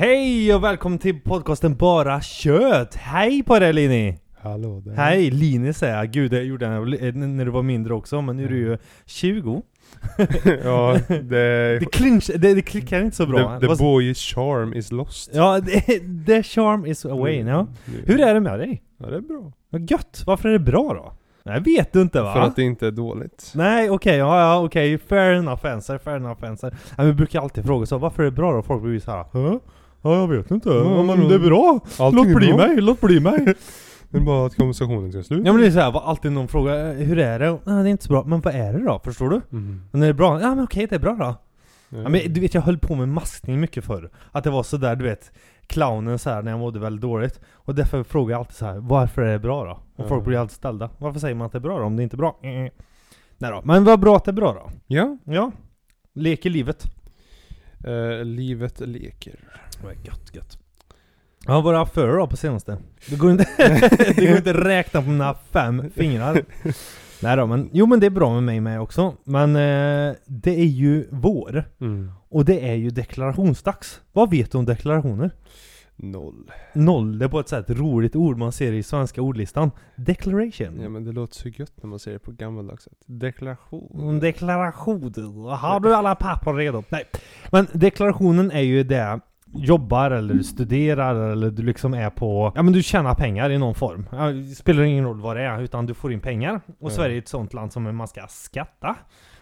Hej och välkommen till podcasten Bara Kött. Hej på dig Lini. Hallå där. Hej Lini säger jag. Gud, det gjorde jag när du var mindre också. Men nu är du ju 20. Ja, det klickar inte så bra. The boy's charm is lost. Ja, the charm is away now. Hur är det med dig? Ja, det är bra. Vad gött. Varför är det bra då? Nej, vet du inte va? För att det inte är dåligt. Nej, okej. Fair enough answer. Ja, vi brukar alltid fråga så, varför är det bra då? Folk blir så här, ja, jag vet inte. Men det är bra. Låt bli mig. Det är bara att konversationen ska sluta. Ja, men det är så här, alltid någon frågar, hur är det? Det är inte så bra. Men vad är det då? Förstår du? Men när det är bra, ja men okej, det är bra då. Ja, men du vet, jag höll på med maskning mycket förr. Att det var så där, du vet, clownen så här när jag mådde väldigt dåligt. Och därför frågar jag alltid så här, varför är det bra då? Och folk blir alltid ställda. Varför säger man att det är bra då, om det inte är bra? Nej då. Men vad bra att det är bra då? Ja. Leker livet. Livet leker. Gött. Ja, vad har du haft för då på senaste? Det går inte att räkna på mina 5 fingrar. Nej då, men det är bra med mig med också. Men det är ju vår. Och det är ju deklarationsdags. Vad vet du om deklarationer? Noll, det är på ett sätt roligt ord man ser i svenska ordlistan. Declaration. Ja, men det låter så gött när man ser det på gammaldags sätt. Deklaration. Har du alla papper redo? Nej. Men deklarationen är ju det jobbar eller du studerar eller du liksom är på, ja men du tjänar pengar i någon form. Det spelar ingen roll vad det är, utan du får in pengar. Och Sverige är ett sånt land som man ska skatta.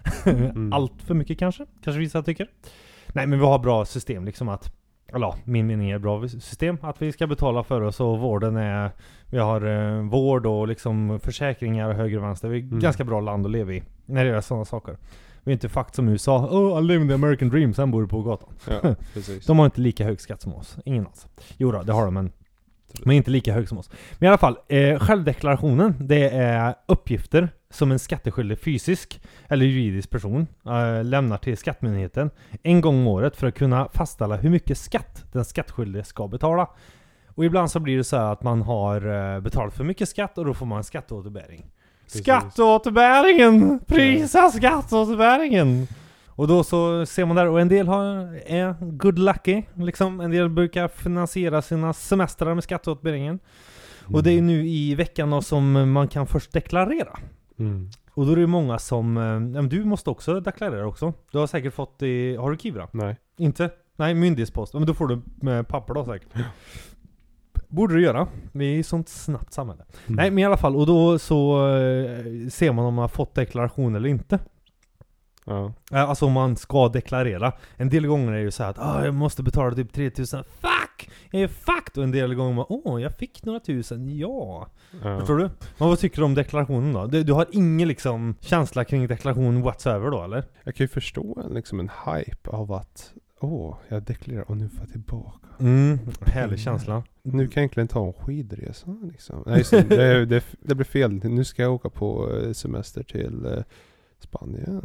Allt för mycket kanske vissa tycker. Nej, men vi har bra system liksom att, eller min mening är bra system att vi ska betala för oss, och vården är, vi har vård och liksom försäkringar och höger och vänster. Vi är ett ganska bra land att leva i när det är sådana saker. Vi är inte fakt som USA. I live in the American dream, sen bor du på gatan. Ja, precis. De har inte lika hög skatt som oss. Ingen alls. Jo då, det har de, men inte lika hög som oss. Men i alla fall, självdeklarationen, det är uppgifter som en skatteskyldig fysisk eller juridisk person lämnar till skattemyndigheten en gång om året för att kunna fastställa hur mycket skatt den skattskyldige ska betala. Och ibland så blir det så här att man har betalat för mycket skatt och då får man en skatteåterbäring. Skatteåterbäringen! Prisa skatteåterbäringen! Och då så ser man där, och en del är good lucky liksom. En del brukar finansiera sina semestrar med skatteåterbäringen. Och det är nu i veckan då som man kan först deklarera. Och då är det många som, du måste också deklarera också. Du har säkert fått har du Kivra? Nej. Inte? Nej, myndighetspost. Men då får du med papper då säkert. Borde du göra. Vi är i sånt snabbt samhälle. Nej, men i alla fall. Och då så ser man om man har fått deklaration eller inte. Ja. Alltså om man ska deklarera. En del gånger är det ju så här att jag måste betala typ 3000. Fuck! Jag är fucked! Och en del gånger jag fick några tusen. Ja. Förstår du? Men vad tycker du om deklarationen då? Du har ingen liksom känsla kring deklaration whatsoever då, eller? Jag kan ju förstå liksom en hype av att jag deklarerar och nu får jag tillbaka. Härlig känsla. Nu kan jag egentligen ta en skidresa liksom. Nej, det blir fel. Nu ska jag åka på semester till Spanien.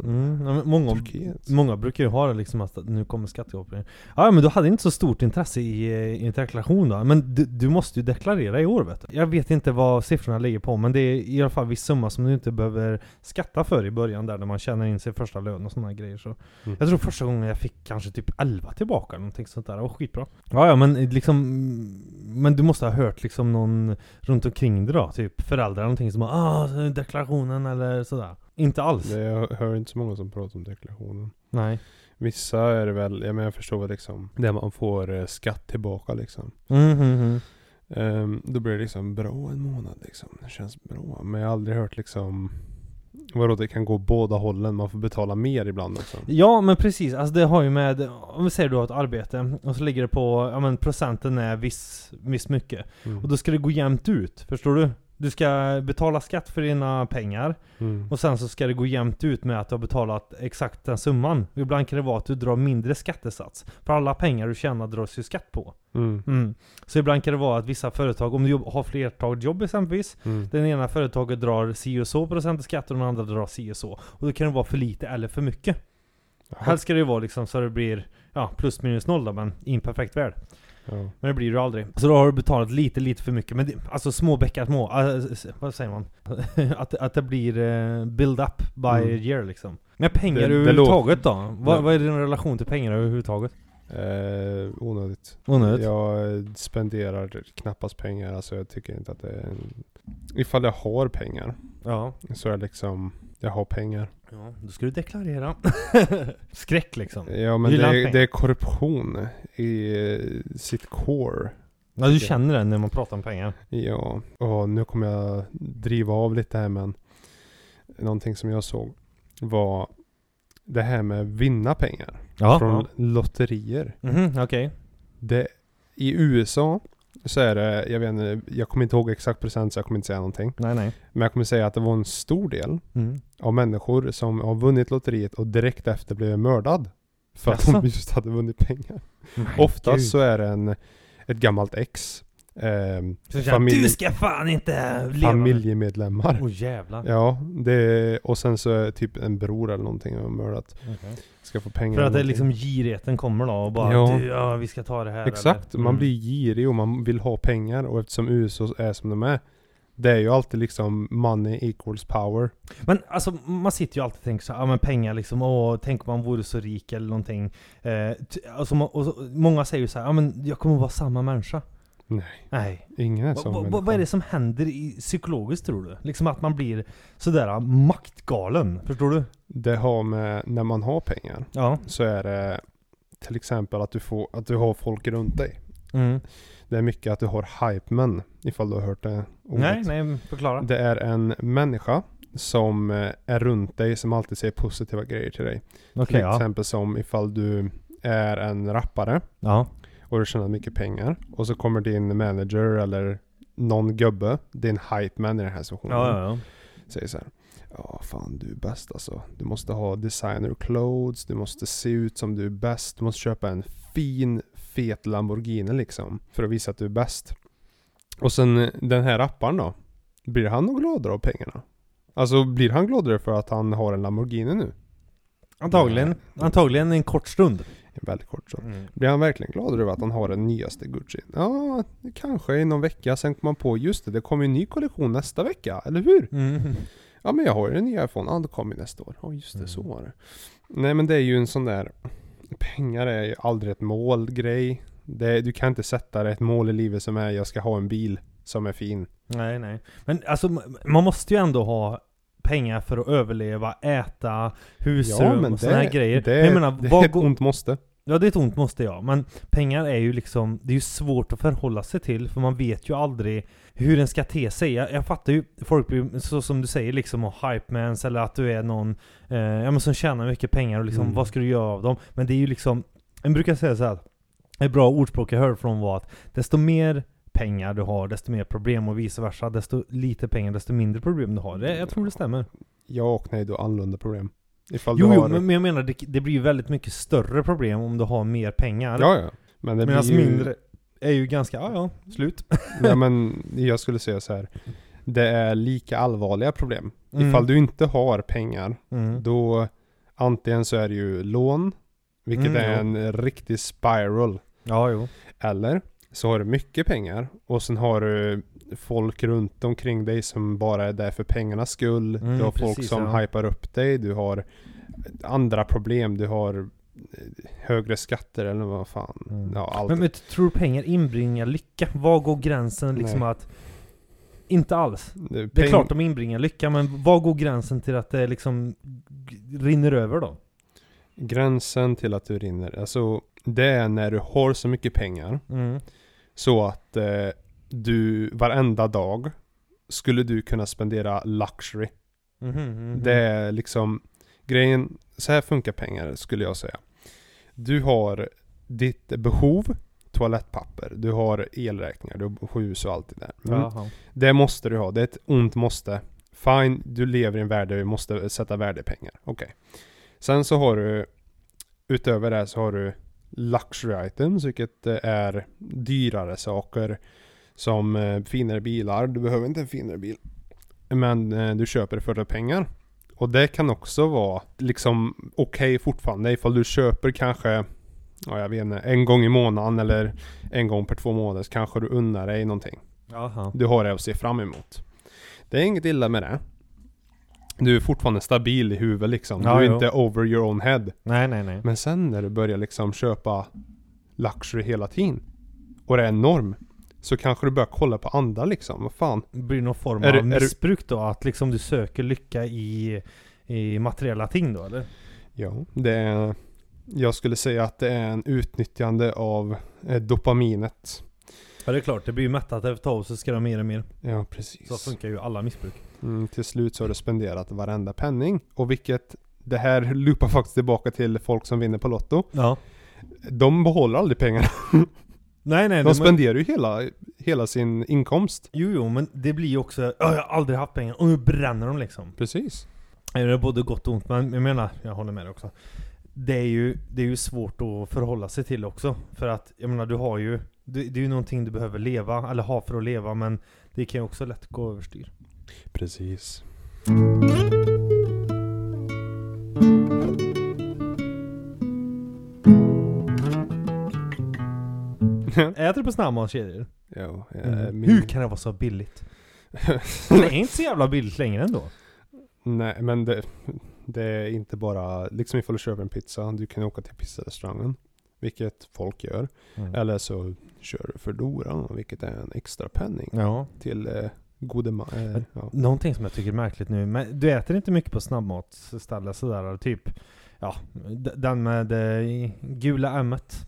Många brukar ju ha det liksom att nu kommer skatteåterbäring. Ja, men du hade inte så stort intresse i deklaration då. Men du måste ju deklarera i år, vet du. Jag vet inte vad siffrorna ligger på, men det är i alla fall viss summa som du inte behöver skatta för i början där när man tjänar in sig första lön och sådana grejer. Så jag tror första gången jag fick kanske typ 11 tillbaka eller någonting sånt där. Det var skitbra. Ja, men liksom, men du måste ha hört liksom någon runt omkring dig då, typ föräldrar någonting som deklarationen eller sådär. Inte alls. Jag hör inte så många som pratar om deklarationen. Nej. Vissa är det väl, jag förstår väl liksom, där man får skatt tillbaka liksom. Då blir det liksom bra en månad liksom. Det känns bra. Men jag har aldrig hört liksom, vadå, det kan gå båda hållen. Man får betala mer ibland också. Ja, men precis. Alltså det har ju med, om vi säger du har ett arbete och så ligger det på, procenten är viss mycket. Och då ska det gå jämnt ut, förstår du? Du ska betala skatt för dina pengar. Och sen så ska det gå jämnt ut med att du har betalat exakt den summan. Ibland kan det vara att du drar mindre skattesats. För alla pengar du tjänar dras ju skatt på. Så ibland kan det vara att vissa företag, om du har flertalet jobb exempelvis, den ena företaget drar si och så procent skatt och den andra drar si och så. Och då kan det vara för lite eller för mycket. Helst ska det vara liksom så det blir plus minus noll då, men i en perfekt värld. Ja. Men det blir det aldrig. Så då har du betalat lite för mycket. Men alltså små bäckar små. Vad säger man? att det blir build up by year liksom. Men pengar överhuvudtaget då? Vad är din relation till pengar överhuvudtaget? Onödigt. Onödigt? Jag spenderar knappast pengar. Alltså jag tycker inte att det är ifall jag har pengar. Ja. Så är det liksom, jag har pengar. Ja, då ska du deklarera. Skräck liksom. Ja, men det är korruption i sitt core. Ja, du känner det när man pratar om pengar. Ja, och nu kommer jag driva av lite här, men någonting som jag såg var det här med vinna pengar från lotterier. Okej. I USA så är det, jag vet inte, jag kommer inte ihåg exakt procent så jag kommer inte säga någonting. Nej. Men jag kommer säga att det var en stor del av människor som har vunnit lotteriet och direkt efter blev mördad. För att de just hade vunnit pengar. Oftast så är det ett gammalt ex. Du ska fan inte leva. Familjemedlemmar. Jävlar. Ja, och sen så är typ en bror eller någonting och mördat. Ska få pengar. För att det liksom girigheten kommer då och bara vi ska ta det här. Exakt, man blir girig och man vill ha pengar, och eftersom USA är som de är, det är ju alltid liksom money equals power. Men alltså man sitter ju alltid och tänker så här, men pengar liksom, tänk om man vore så rik eller någonting. Många säger ju så här, men jag kommer vara samma människa. Nej. Ingen är så. Vad är det som händer psykologiskt, tror du? Liksom att man blir sådär maktgalen, förstår du? Det har med, när man har pengar, så är det till exempel att du har folk runt dig. Det är mycket att du har hype-men, ifall du har hört det ordet. Nej, förklara. Det är en människa som är runt dig, som alltid säger positiva grejer till dig. Till exempel som ifall du är en rappare. Ja. Och du tjänar mycket pengar. Och så kommer din manager eller någon gubbe, din hype man i den här situationen. Säger så här: ja fan, du är bäst alltså. Du måste ha designer clothes. Du måste se ut som du är bäst. Du måste köpa en fin, fet Lamborghini liksom. För att visa att du är bäst. Och sen den här rapparen då. Blir han nog gladare av pengarna? Alltså blir han gladare för att han har en Lamborghini nu? Antagligen en kort stund. En väldigt kort stund. Blir han verkligen glad över att han har den nyaste Gucci? Ja, kanske i någon vecka. Sen kommer man på, just det kommer en ny kollektion nästa vecka, eller hur? Ja, men jag har ju en ny iPhone. Ja, det kommer nästa år. Ja, just det, så var det. Nej, men det är ju en sån där, pengar är ju aldrig ett målgrej. Du kan inte sätta dig ett mål i livet som är, jag ska ha en bil som är fin. Nej. Men alltså, man måste ju ändå ha pengar för att överleva, äta, husrum och såna här grejer. Det är ett ont måste. Ja, det är ett ont måste, ja. Men pengar är ju liksom, det är ju svårt att förhålla sig till, för man vet ju aldrig hur den ska te sig. Jag fattar ju, folk blir så som du säger liksom, och hype-mans, eller att du är någon som tjänar mycket pengar och liksom, vad ska du göra av dem? Men det är ju liksom, jag brukar säga så här, ett bra ordspråk jag hörde från var att desto mer pengar du har, desto mer problem, och vice versa. Desto lite pengar, desto mindre problem du har. Jag tror det stämmer. Ja, och nej, du har annorlunda problem. Men jag menar, det blir ju väldigt mycket större problem om du har mer pengar. Ja. Men det blir ju mindre är ju ganska, slut. Ja, men jag skulle säga så här. Det är lika allvarliga problem. Ifall du inte har pengar, då antingen så är det ju lån, vilket är en riktig spiral. Ja, jo. Eller så har du mycket pengar och sen har du folk runt omkring dig som bara är där för pengarnas skull. Du har folk som hypar upp dig. Du har andra problem. Du har högre skatter eller vad fan. Ja, allt. Men tror pengar inbringar lycka? Vad går gränsen liksom att... Inte alls. Det är klart de inbringar lycka, men vad går gränsen till att det liksom rinner över då? Gränsen till att du rinner, alltså det är när du har så mycket pengar så att du varenda dag skulle du kunna spendera luxury. Det är liksom grejen, så här funkar pengar skulle jag säga. Du har ditt behov, toalettpapper, du har elräkningar, du har hus och allt det där. Det måste du ha, det är ett ont måste. Fine, du lever i en värld där du måste sätta värde i pengar. Okej. Sen så har du, utöver det så har du luxury items, vilket är dyrare saker som finare bilar. Du behöver inte en finare bil, men du köper det för pengar. Och det kan också vara liksom okej fortfarande ifall du köper kanske, jag vet inte, en gång i månaden eller en gång per 2 månader, så kanske du unnar dig någonting. Du har det att se fram emot. Det är inget illa med det. Du är fortfarande stabil i huvudet liksom. Du är inte over your own head. Nej. Men sen när du börjar liksom köpa luxury hela tiden. Och det är en norm. Så kanske du börjar kolla på andra liksom. Vad fan? Det blir någon form av missbruk då? Att liksom du söker lycka i materiella ting då, eller? Ja, jag skulle säga att det är en utnyttjande av dopaminet. Ja, det är klart. Det blir ju mättat efter ett tag, så ska det mer och mer. Ja, precis. Så funkar ju alla missbruk. Till slut så har du spenderat varenda penning. Och det här loopar faktiskt tillbaka till folk som vinner på Lotto. Ja. De behåller aldrig pengarna. Nej. De spenderar ju hela sin inkomst. Jo, men det blir ju också... jag har aldrig haft pengar. Och nu bränner de liksom. Precis. Det är både gott och ont. Men jag menar, jag håller med dig också. Det är ju svårt att förhålla sig till också. För att, jag menar, du har ju... Det är ju någonting du behöver leva, eller ha för att leva. Men det kan ju också lätt gå överstyr. Precis. Äter du på snabbmatskedjor? Ja. Hur kan det vara så billigt? Det är inte så jävla billigt längre ändå. Nej, men det är inte bara... Liksom ifall du köper en pizza, du kan åka till pizzarestaurangen. Vilket folk gör. Eller så kör du Foodora, vilket är en extra penning. Ja. Till gode ja. Någonting som jag tycker är märkligt nu. Men du äter inte mycket på snabbmatsställen sådär. Typ, ja, den med gula ämmet.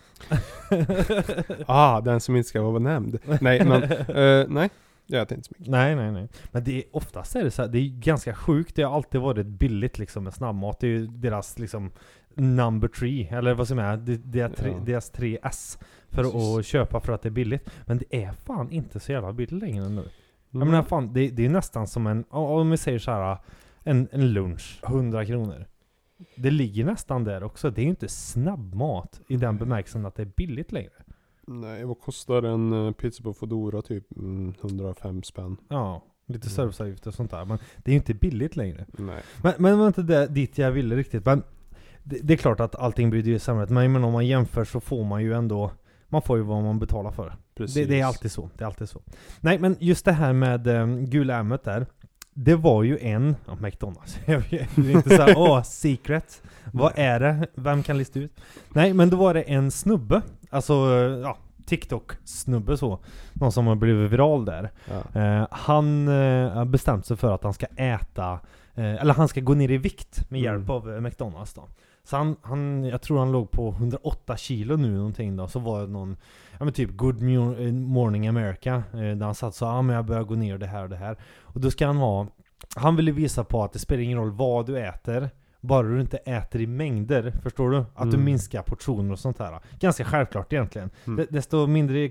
Den som inte ska vara nämnd. Nej, men nej, jag äter inte så mycket. Nej. Men det är oftast är det så här, det är ganska sjukt. Det har alltid varit billigt liksom med snabbmat. Det är ju deras liksom number 3, eller vad som är deras 3S för att köpa för att det är billigt. Men det är fan inte så jävla billigt längre nu. Jag menar fan, det är nästan som om vi säger så här, en lunch, 100 kronor. Det ligger nästan där också. Det är ju inte snabbmat i den bemärkelsen att det är billigt längre. Nej, vad kostar en pizza på Foodora? Typ 105 spänn. Ja, lite serviceavgift och sånt där. Men det är ju inte billigt längre. Nej. Men var inte det dit jag ville riktigt. Men det är klart att allting blir ju samhället. Men om man jämför så får man ju ändå... Man får ju vad man betalar för. Det är alltid så. Det är alltid så. Nej, men just det här med gula ämnet där. Det var ju McDonald's. Jag vill inte säga, secret. Vad är det? Vem kan lista ut? Nej, men då var det en snubbe. Alltså, TikTok-snubbe så. Någon som har blivit viral där. Ja. Han bestämt sig för att han ska äta, eller han ska gå ner i vikt med hjälp av McDonald's då. Så jag tror han låg på 108 kilo nu någonting då. Så var det någon, typ Good Morning America, där han satt så, men jag börjar gå ner det här och det här. Och då ska han ville visa på att det spelar ingen roll vad du äter, bara du inte äter i mängder, förstår du? Att du minskar portioner och sånt här. Ganska självklart egentligen. Desto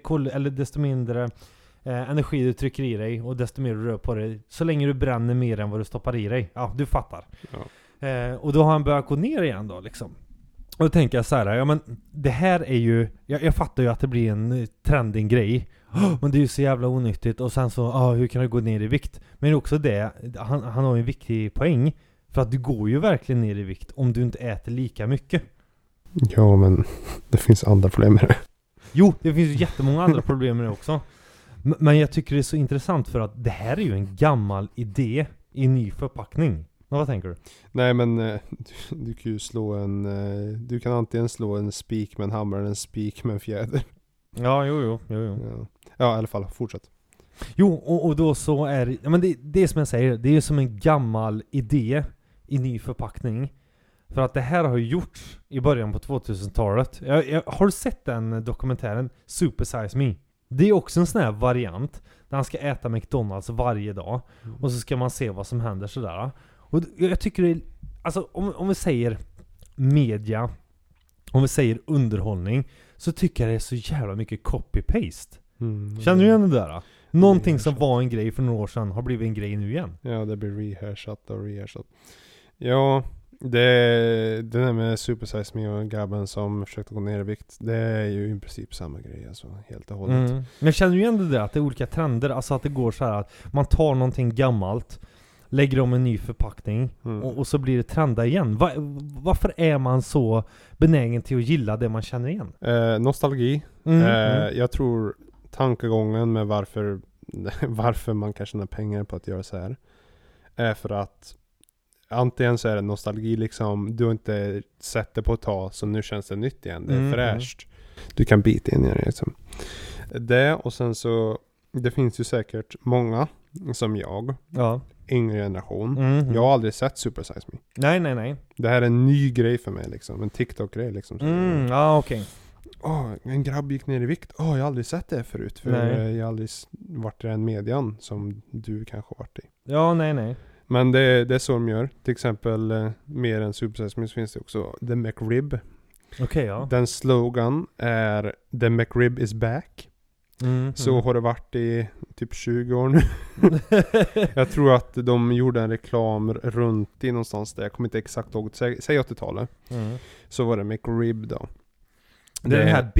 mindre energi du trycker i dig och desto mer du rör på dig, så länge du bränner mer än vad du stoppar i dig. Ja, du fattar. Ja. Och då har han börjat gå ner igen då liksom. Och då tänker jag så här, men det här är ju, jag fattar ju att det blir en trending grej. Men det är ju så jävla onyttigt. Och sen så, hur kan du gå ner i vikt? Men också det, han har en viktig poäng. För att du går ju verkligen ner i vikt om du inte äter lika mycket. Ja, men det finns andra problem med det. Jo, det finns ju jättemånga andra problem med det också. Men jag tycker det är så intressant för att det här är ju en gammal idé i ny förpackning. Vad tänker du? Nej, men du kan ju du kan antingen slå en spik med en hammare eller en spik med en fjäder. Ja, jo. Ja, i alla fall, fortsätt. Jo, och då så är det, men det är som jag säger, det är som en gammal idé i ny förpackning. För att det här har ju gjorts i början på 2000-talet. Jag har sett den dokumentären Super Size Me. Det är också en sån här variant där han ska äta McDonald's varje dag. Och så ska man se vad som händer sådär. Och jag tycker det är, alltså om vi säger media, om vi säger underhållning, så tycker jag det är så jävla mycket copy-paste. Känner du igen det där? Någonting som var en grej för några år sedan har blivit en grej nu igen. Ja, det blir rehashat. Ja, det där med Super Size Me och grabben som försökte gå ner i vikt, det är ju i princip samma grej, alltså, helt och hållet. Men jag känner ju igen det där, att det är olika trender, alltså att det går så här att man tar någonting gammalt, lägger om en ny förpackning och så blir det trenda igen. Varför är man så benägen till att gilla det man känner igen? Nostalgi. Jag tror tankegången med varför man kan tjäna pengar på att göra så här är för att antingen så är det nostalgi liksom, du har inte sett det på ett tag så nu känns det nytt igen, det är fräscht. Du kan bita in i det liksom. Det, och sen så det finns ju säkert många som jag, yngre generation. Jag har aldrig sett Super Size Me. Nej. Det här är en ny grej för mig liksom, en TikTok-grej liksom. Okej. En grabb gick ner i vikt. Jag har aldrig sett det förut. För jag har aldrig varit i den median som du kanske har varit i. Ja, nej. Men det är så de gör. Till exempel mer än Super Size Me så finns det också The McRib. Okej, ja. Den slogan är The McRib is back. Så har det varit i typ 20 år nu. Jag tror att de gjorde en reklam runt i någonstans där. Jag kommer inte exakt ihåg. Säg 80-talet. Så var det McRib då. Det är den här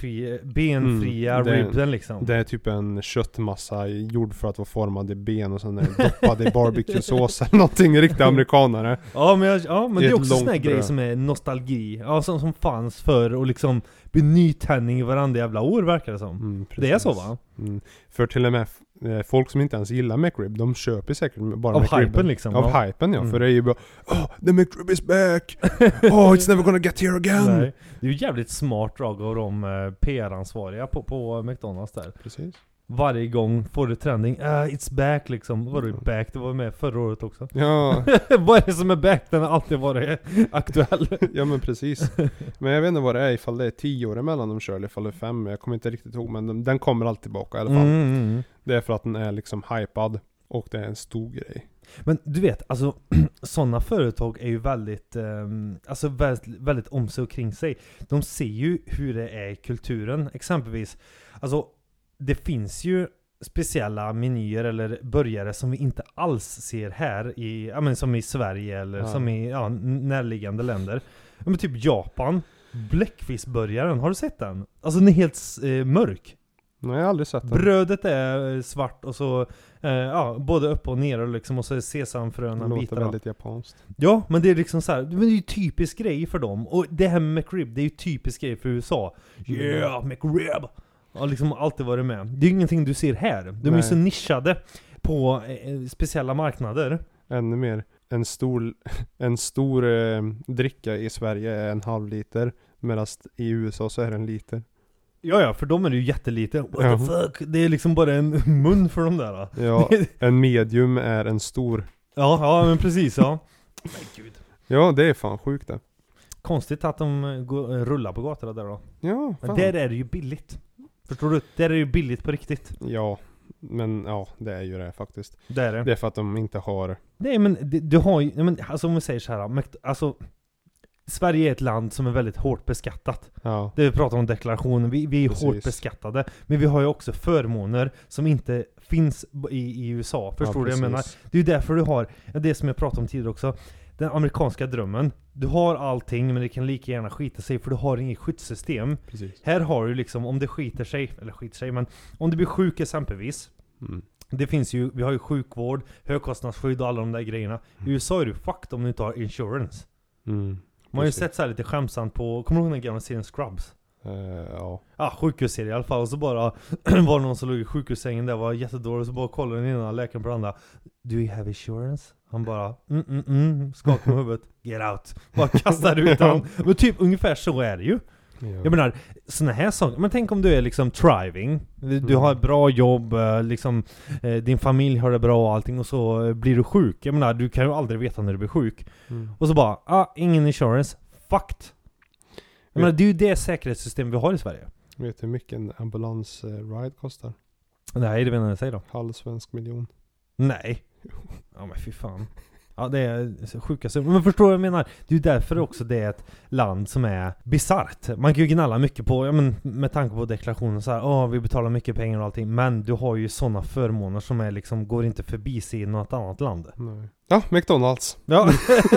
benfria ribben liksom. Det är typ en köttmassa gjord för att vara formad i ben och sen är det doppad i barbecue-sås eller någonting riktigt amerikanare. Ja, men det är också sån här grej som är nostalgi. Ja, som fanns för och liksom bli nytändning i varandra jävla år verkar det som. Det är så, va? För till och med folk som inte ens gillar McRib, de köper säkert bara av McRib. Hypen liksom. Av hypen, ja. För det är ju bara the McRib is back! It's never gonna get here again! Nej. Det är ju jävligt smart drag av de PR-ansvariga på McDonalds där. Precis. Varje gång får du trending, it's back liksom. Var du back? Det var med förra året också. Ja. Vad är det som är back? Den har alltid varit aktuell. Ja, men precis. Men jag vet inte vad det är, ifall det är 10 år emellan de kör eller ifall det är 5. Jag kommer inte riktigt ihåg, men den kommer alltid tillbaka i alla fall. Det är för att den är liksom hypad och det är en stor grej. Men du vet, alltså sådana företag är ju väldigt väldigt om sig och kring sig. De ser ju hur det är i kulturen. Exempelvis, alltså det finns ju speciella menyer eller burgare som vi inte alls ser här i, som i Sverige eller som i närliggande länder. Men typ Japan, bläckfiskburgaren, har du sett den? Alltså den är helt mörk. Nej, jag har aldrig sett den. Brödet är svart och så både upp och ner och liksom, och så är sesamfröna bitar. Det låter väldigt japanskt. Ja, men det är liksom så här, men det är ju typisk grej för dem. Och det här med McRib, det är ju typisk grej för USA. Yeah, McRib! Ja, liksom alltid varit med. Det är ju ingenting du ser här. De är ju så nischade på speciella marknader. Ännu mer. En stor dricka i Sverige är 1,5 liter. Medan i USA så är det 1 liter. Ja, för dem är det ju jättelite. What the fuck? Det är liksom bara en mun för dem där. Ja, en medium är en stor. Ja, men precis, ja. Men gud. Ja, det är fan sjukt det. Konstigt att de rullar på gatorna där då. Ja, fan. Men där är det ju billigt. Förstår du? Där är det ju billigt på riktigt. Ja, men det är ju det faktiskt. Det är det. Det är för att de inte har... Nej, men du har ju... Men, alltså om vi säger så här, alltså... Sverige är ett land som är väldigt hårt beskattat. Ja. Det vi pratar om deklarationen, vi är hårt beskattade. Men vi har ju också förmåner som inte finns i USA. Förstår du? Jag menar, det är ju därför du har det som jag pratade om tidigare också. Den amerikanska drömmen. Du har allting, men det kan lika gärna skita sig för du har inget skyddssystem. Precis. Här har du liksom, om det skiter sig, men om du blir sjuk exempelvis. Det finns ju, vi har ju sjukvård, högkostnadsskydd och alla de där grejerna. I USA är du fucked om du inte har insurance. Man har ju sett så här lite skämsamt på, kommer du ihåg den gamla serien Scrubs? Ja, sjukhusserie i alla fall. Och så bara var det någon som låg i sjukhussängen där, var jättedålig, och så bara kollade den ena läkaren på den andra. Do you have insurance? Han bara, skakade med huvudet. Get out. Bara kastar ut han. Men typ ungefär så är det ju. Ja. Jag menar, såna här saker. Men tänk om du är liksom thriving. Du har ett bra jobb, liksom, din familj har det bra och allting, och så blir du sjuk. Jag menar, du kan ju aldrig veta när du blir sjuk. Och så bara, ingen insurance. Fucked. Jag menar, det är ju det säkerhetssystem vi har i Sverige. Vet du hur mycket en ambulans-ride kostar? Nej, det vet jag inte säga då. 1/2 svensk miljon. Nej. Ja, men fy fan. Ja, det är sjuka summor. Men förstår vad jag menar? Det är ju därför också det är ett land som är bizarrt. Man kan ju gnalla mycket på, med tanke på deklarationen så här, vi betalar mycket pengar och allting. Men du har ju sådana förmåner som är liksom, går inte förbi sig i något annat land. Nej. Ja, McDonalds. Ja.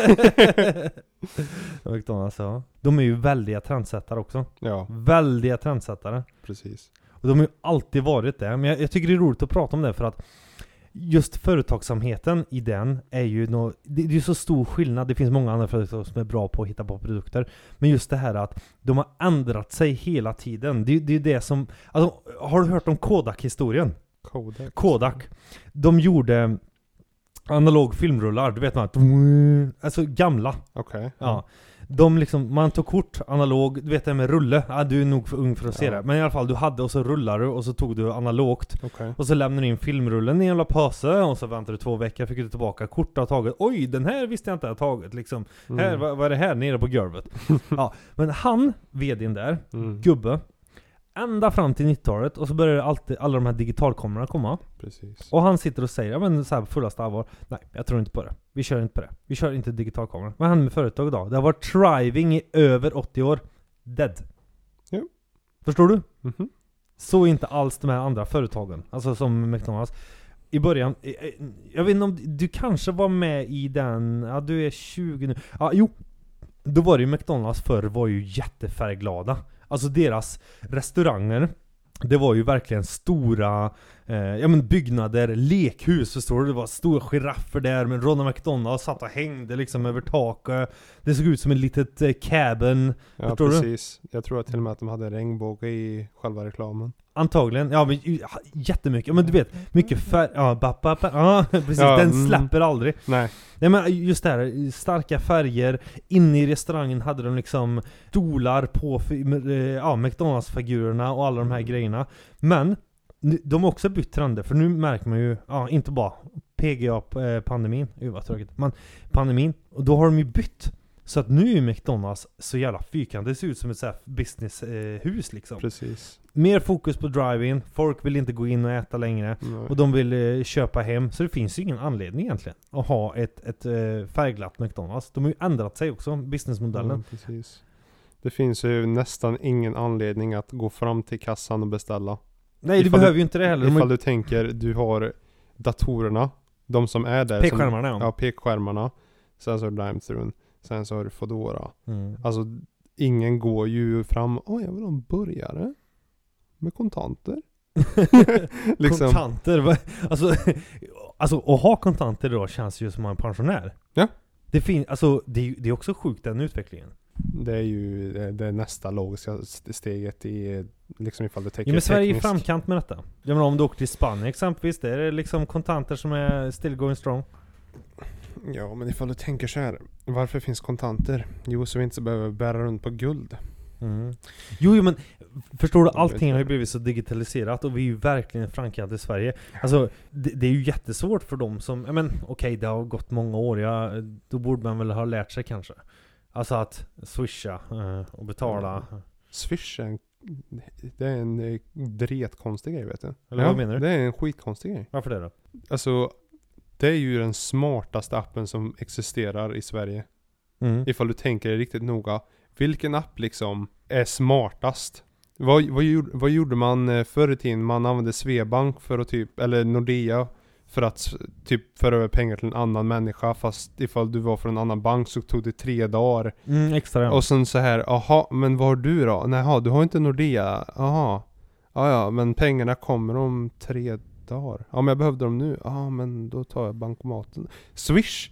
McDonalds, ja. De är ju väldiga trendsättare också. Ja. Väldiga trendsättare. Precis. Och de har ju alltid varit det. Men jag tycker det är roligt att prata om det för att just företagsamheten i den är ju det är ju så stor skillnad. Det finns många andra företag som är bra på att hitta på produkter. Men just det här att de har ändrat sig hela tiden. Det är ju det som... Alltså, har du hört om Kodak-historien? Kodak. De gjorde analog filmrullar, du vet man. Alltså gamla. Okej. Ja. De liksom, man tog kort analog, du vet det med rulle. Ja, du är nog för ung för att se det. Men i alla fall, du hade och så rullar du och så tog du analogt. Okay. Och så lämnade du in filmrullen i en jävla påse och så väntade du 2 veckor, fick du tillbaka kort av taget. Oj, den här visste jag inte jag tagit liksom. Här, vad är det här nere på golvet? Ja, men han, vdn där, gubbe, ända fram till 90-talet och så började alltid alla de här digitalkamerorna komma. Precis. Och han sitter och säger, ja men så här på fullaste allvar, nej, jag tror inte på det. Vi kör inte på det. Vi kör inte digitalkamera. Vad händer med företag idag? Det har varit thriving i över 80 år. Dead. Jo. Förstår du? Mm-hmm. Så inte alls de här andra företagen. Alltså som McDonalds. I början, jag vet inte om du kanske var med i den, ja du är 20 nu. Ja, jo. Då var det ju McDonalds förr var ju jättefärgglada. Alltså deras restauranger, det var ju verkligen stora byggnader, lekhus, förstår du? Det var stora giraffer där, men Ronald McDonald satt och hängde liksom över taket. Det såg ut som en litet cabin. Ja, förstår precis. Du? Jag tror att till och med att de hade regnbåge i själva reklamen. Antagligen, ja men jättemycket. Men du vet, mycket färg, precis, den släpper aldrig. Nej. Nej men just det här, starka färger. Inne i restaurangen hade de liksom stolar på McDonalds-figurerna och alla de här grejerna. Men de har också bytt trender, för nu märker man ju, inte bara PGA-pandemin, vad tråkigt, men pandemin, och då har de ju bytt. Så att nu är McDonalds så jävla fyrkant. Det ser ut som ett så här businesshus liksom. Precis. Mer fokus på drive-in. Folk vill inte gå in och äta längre. Nej. Och de vill köpa hem. Så det finns ju ingen anledning egentligen att ha ett färgglatt McDonalds. De har ju ändrat sig också, businessmodellen. Ja, precis. Det finns ju nästan ingen anledning att gå fram till kassan och beställa. Nej, du behöver ju inte det heller. Ifall du tänker, du har datorerna. De som är där. Pekskärmarna, ja. Pekskärmarna. Sen så har du drive-thrun. Sen så har du Foodora. Alltså, ingen går ju fram. Jag vill ha en burgare. Med kontanter. Liksom. Kontanter? Alltså, att ha kontanter då känns ju som en pensionär. Ja. Det är också sjukt, den utvecklingen. Det är ju det nästa logiska steget i, liksom ifall du tänker men Sverige är framkant med detta. Jag menar, om du åker till Spanien exempelvis, det är liksom kontanter som är still going strong. Ja, men ifall du tänker så här, varför finns kontanter? Jo, så vi inte behöver bära runt på guld. Jo, men förstår du, allting har ju blivit så digitaliserat och vi är ju verkligen framkant i Sverige. Alltså, det är ju jättesvårt för dem som, okej, det har gått många år, då borde man väl ha lärt sig kanske. Alltså att swisha och betala. Swisha, det är en dretkonstig grej, vet du. Eller vad menar du? Det är en skitkonstig grej. Varför det då? Alltså, det är ju den smartaste appen som existerar i Sverige. Ifall du tänker dig riktigt noga. Vilken app liksom är smartast? Vad gjorde man förr i tiden? Man använde Svebank för att eller Nordea för att föra över pengar till en annan människa. Fast ifall du var från en annan bank så tog det 3 dagar. Extra. Och sen så här, men vad har du då? Nej, du har inte Nordea. Ja, men pengarna kommer om 3 dagar. Ja, men jag behövde dem nu. Ja, men då tar jag bankomaten. Swish.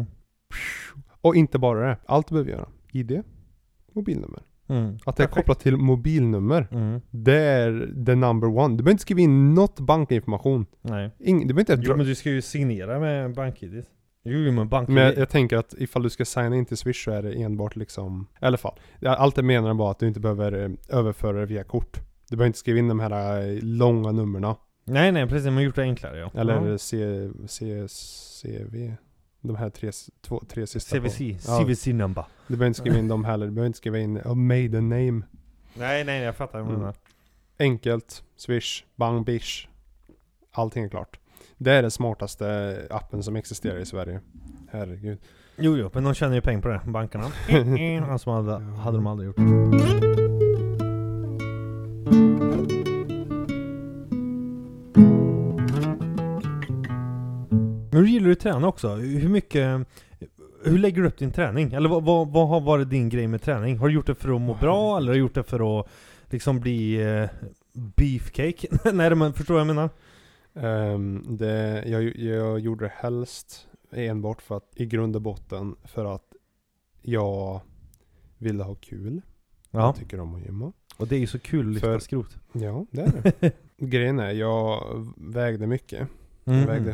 Och inte bara det. Allt du behöver göra. ID. Mobilnummer. Att det är kopplat till mobilnummer. Det är the number one. Du behöver inte skriva in något bankinformation. Nej. Du behöver inte men du ska ju signera med BankID. Men jag tänker att ifall du ska signa in till Swish så är det enbart liksom, i alla fall. Allt jag menar är bara att du inte behöver överföra det via kort. Du behöver inte skriva in de här långa nummerna. Nej, precis. Man har gjort det enklare, ja. Eller CV. De här tre sista. CVC number. Du behöver inte skriva in dem heller. Du behöver inte skriva in maiden name. Nej, jag fattar vad du menar. Enkelt. Swish, bang, bish. Allting är klart. Det är den smartaste appen som existerar i Sverige. Herregud. Jo, men de tjänar ju pengar på det, bankerna. Alltså hade de aldrig gjort. Men hur gillar du att träna också? Hur lägger du upp din träning? Eller vad har varit din grej med träning? Har du gjort det för att må bra? Eller har du gjort det för att liksom bli beefcake? Nej, men förstår vad jag menar? Jag gjorde det helst enbart för att, i grund och botten, för att jag ville ha kul. Ja. Jag tycker om att gymma. Och det är ju så kul att lyfta skrot. Ja, det är det. Grejen är, jag vägde mycket. Jag vägde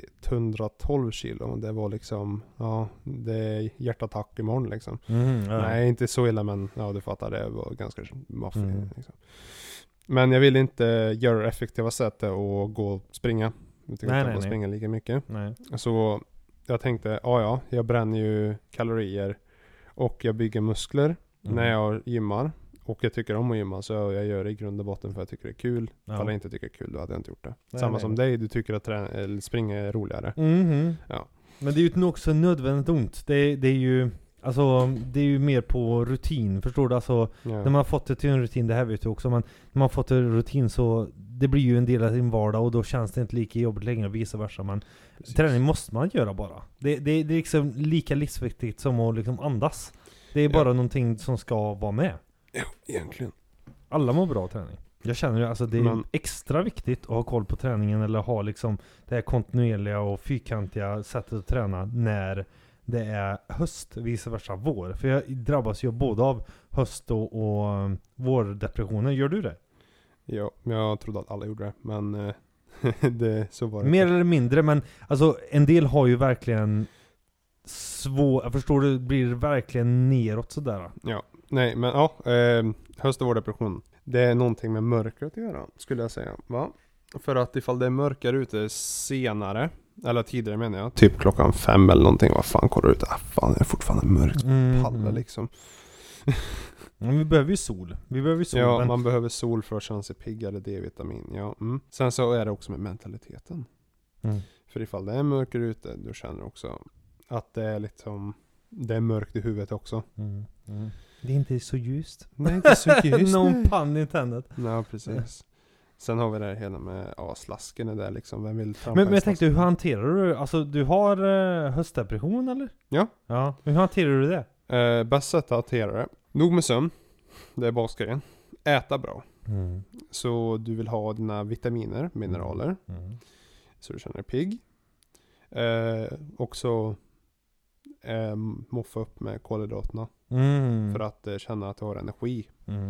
112 kilo. Och det var liksom, ja, det är hjärtattack imorgon liksom. Nej, inte så illa, men ja, du fattar, det var ganska maffigt liksom. Men jag vill inte göra det effektiva sättet och gå och springa. Jag tycker inte att springa lika mycket. Nej. Så jag tänkte, jag bränner ju kalorier och jag bygger muskler när jag gymmar. Och jag tycker om att gymma, så jag gör det i grund och botten för jag tycker det är kul. Om jag inte tycker det är kul, då hade jag inte gjort det. Samma som dig, du tycker att springa är roligare. Ja. Men det är ju också nödvändigt ont. Det är ju, alltså, det är ju mer på rutin, förstår du? Alltså, när man har fått det till en rutin, det här vet du också, men när man har fått en rutin så det blir ju en del av din vardag och då känns det inte lika jobbigt längre och vice versa. Men träning måste man göra bara. Det är liksom lika livsviktigt som att liksom andas. Det är bara någonting som ska vara med. Ja, egentligen. Alla mår bra av träning. Jag känner ju, alltså det är extra viktigt att ha koll på träningen eller ha liksom det här kontinuerliga och fyrkantiga sättet att träna när det är höst, vice versa vår. För jag drabbas ju både av höst och vårdepressioner. Gör du det? Ja, jag trodde att alla gjorde det, men så var det. Mer eller mindre, men alltså en del har ju verkligen jag förstår, det blir verkligen neråt sådär. Ja, nej, men höst och vårdepression. Det är någonting med mörkret att göra, skulle jag säga. Va? För att ifall det är mörkare ute senare, eller tidigare menar jag, typ klockan 5 eller någonting, vad fan kollar ut? Fan, det är fortfarande mörkt. Pallar liksom. Men vi behöver ju sol. Ja, men man behöver sol för att känna sig piggare, D-vitamin. Ja. Sen så är det också med mentaliteten. För ifall det är mörker ute, då känner du också att det är liksom, det är mörkt i huvudet också. Det är inte så ljust. Nej, inte så ljust. Någon pann i tändet. Nej, precis. Sen har vi det hela med slasken är där liksom. Vem vill men jag tänkte, hur hanterar du, alltså du har höstdepression eller? Ja. Hur hanterar du det? Bäst sätt att hantera det. Nog med sömn. Det är basgrejen. Äta bra. Så du vill ha dina vitaminer, mineraler. Så du känner dig pigg. Också moffa upp med kolhydraterna. För att känna att du har energi.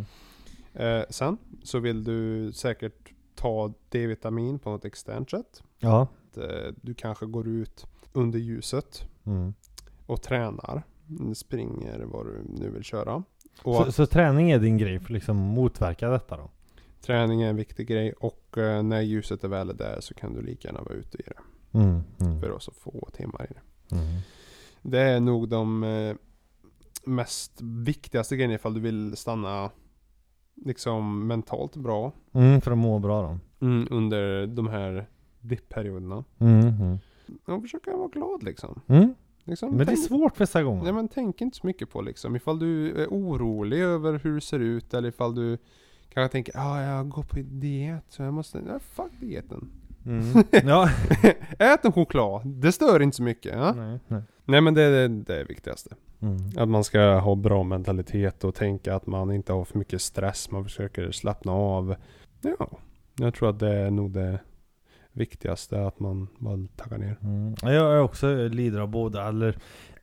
Sen så vill du säkert ta D-vitamin på något externt sätt. Ja. Du kanske går ut under ljuset och tränar. Springer vad du nu vill köra. Och så träning är din grej för liksom motverka detta då? Träning är en viktig grej, och när ljuset är väl där så kan du lika gärna vara ute i det. För att så få timmar i det. Det är nog de mest viktigaste grejerna ifall du vill stanna liksom mentalt bra. För att må bra då. Under de här dippperioderna. Och försöka vara glad liksom. Liksom, men det är svårt vissa gånger. Nej, men tänk inte så mycket på liksom. Ifall du är orolig över hur det ser ut, eller ifall du kanske tänker, jag går på diet så jag måste, fuck dieten. Ja. Ät en choklad, det stör inte så mycket. Ja? Nej, men det är det viktigaste. Att man ska ha bra mentalitet och tänka att man inte har för mycket stress, man försöker slappna av. Ja, jag tror att det är nog det viktigaste, att man bara taggar ner. Jag är också lider av båda, eller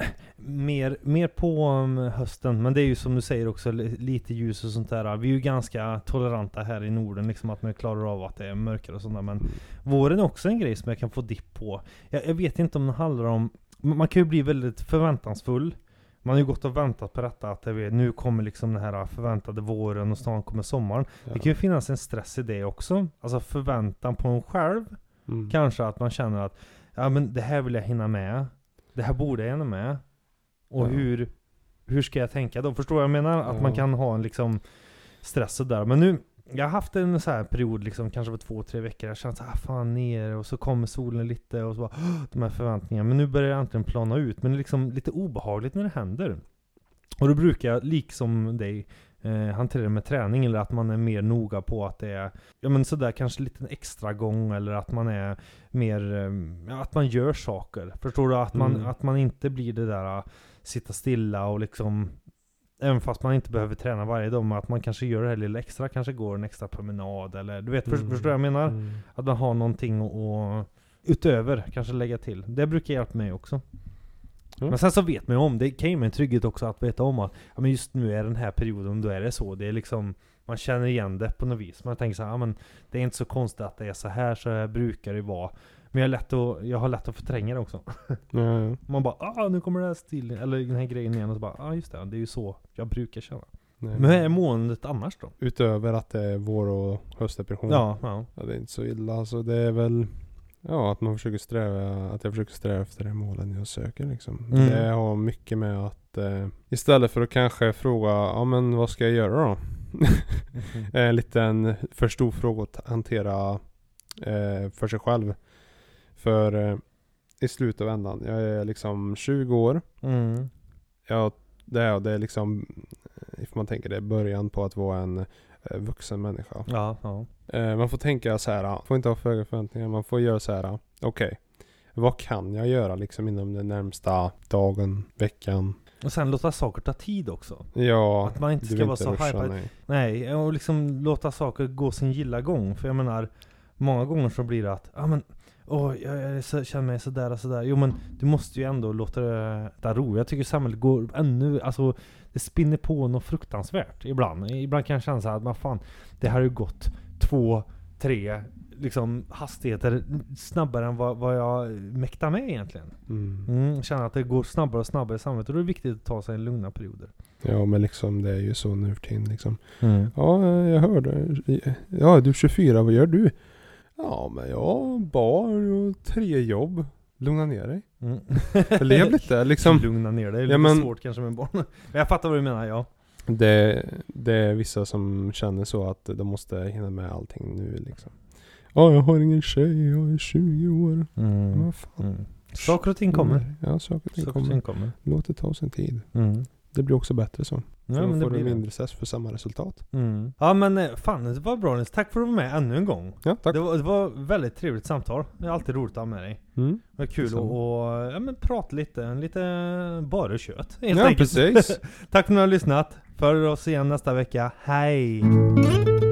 mer på hösten, men det är ju som du säger också lite ljus och sånt där. Vi är ju ganska toleranta här i Norden, liksom att man klarar av att det är mörkare och sånt där, men våren är också en grej som jag kan få dipp på. Jag vet inte om det handlar om, man kan ju bli väldigt förväntansfull. Man har ju gått och väntat på detta, att nu kommer liksom den här förväntade våren och snart kommer sommaren. Det kan ju finnas en stress i det också. Alltså förväntan på en själv. Kanske att man känner att men det här vill jag hinna med. Det här borde jag hinna med. Och hur ska jag tänka då? Förstår jag menar? Att man kan ha en liksom stress där. Men nu, jag har haft en så här period liksom, kanske på 2-3 veckor. Jag känner att fan ner, och så kommer solen lite och så bara, de här förväntningarna. Men nu börjar jag äntligen plana ut. Men det är liksom lite obehagligt när det händer. Och då brukar jag, liksom dig, hantera det med träning, eller att man är mer noga på att det är sådär kanske lite en extra gång, eller att man är mer att man gör saker. Förstår du? Att man inte blir det där sitta stilla och liksom, även fast man inte behöver träna varje dag, men att man kanske gör det här lilla extra, kanske går en extra promenad, eller du vet, förstår jag menar? Att man har någonting att utöver kanske lägga till. Det brukar hjälpa mig också. Men sen så vet man ju om, det kan ju med en trygghet också att veta om att men just nu är den här perioden, då är det så. Det är liksom, man känner igen det på något vis. Man tänker så här, men det är inte så konstigt att det är så här brukar det vara. Men jag har lätt att förtränga det också. Ja. Man bara, nu kommer det här stilen, eller den här grejen igen, och så bara, just det är ju så jag brukar känna. Nej. Men hur är måendet annars då? Utöver att det är vår- och höstdepression. Ja. Det är inte så illa. Alltså det är väl att jag försöker sträva efter de målen jag söker liksom. Det har mycket med att istället för att kanske fråga, men vad ska jag göra då? En liten för stor fråga att hantera för sig själv. För i slutet av ändan, jag är liksom 20 år. Det är liksom, if man tänker det, början på att vara en vuxen människa. Ja. Man får tänka så här, får inte ha för höga förväntningar, man får göra så här, okej, vad kan jag göra liksom inom den närmsta dagen, veckan? Och sen låta saker ta tid också. Ja, att man inte ska vara så hypad. Nej, och liksom låta saker gå sin gilla gång. För jag menar, många gånger så blir det att, jag känner mig sådär och sådär. Jo, men du måste ju ändå låta det ro. Jag tycker samhället går ännu, alltså det spinner på något fruktansvärt ibland. Ibland kan jag känna så här att fan, det här har ju gått 2-3 liksom hastigheter snabbare än vad jag mäktar med egentligen. Känner att det går snabbare och snabbare i samhället, och då är det viktigt att ta sig en lugna perioder. Ja, men liksom det är ju så nu för tiden liksom. Ja, jag hörde. Ja, du är 24, vad gör du? Ja, men jag har barn och 3 jobb. Lugna ner dig. Lev lite liksom. Lugna ner dig, det är lite svårt kanske med barn. Men jag fattar vad du menar, ja. Det är vissa som känner så att de måste hinna med allting nu liksom. Ja, jag har ingen tjej, jag är 20 år. Vad fan. Saker och ting kommer. Ja, saker och ting kommer. Låt det ta sin tid. Det blir också bättre så. Ja, men får du mindre stress för samma resultat. Ja, men fan, det var bra. Tack för att du var med ännu en gång. Ja, tack. Det var väldigt trevligt samtal. Det är alltid roligt att ha med dig. Det var kul att prata lite bara kött. Ja, precis. Tack för att ni har lyssnat. För oss igen nästa vecka. Hej!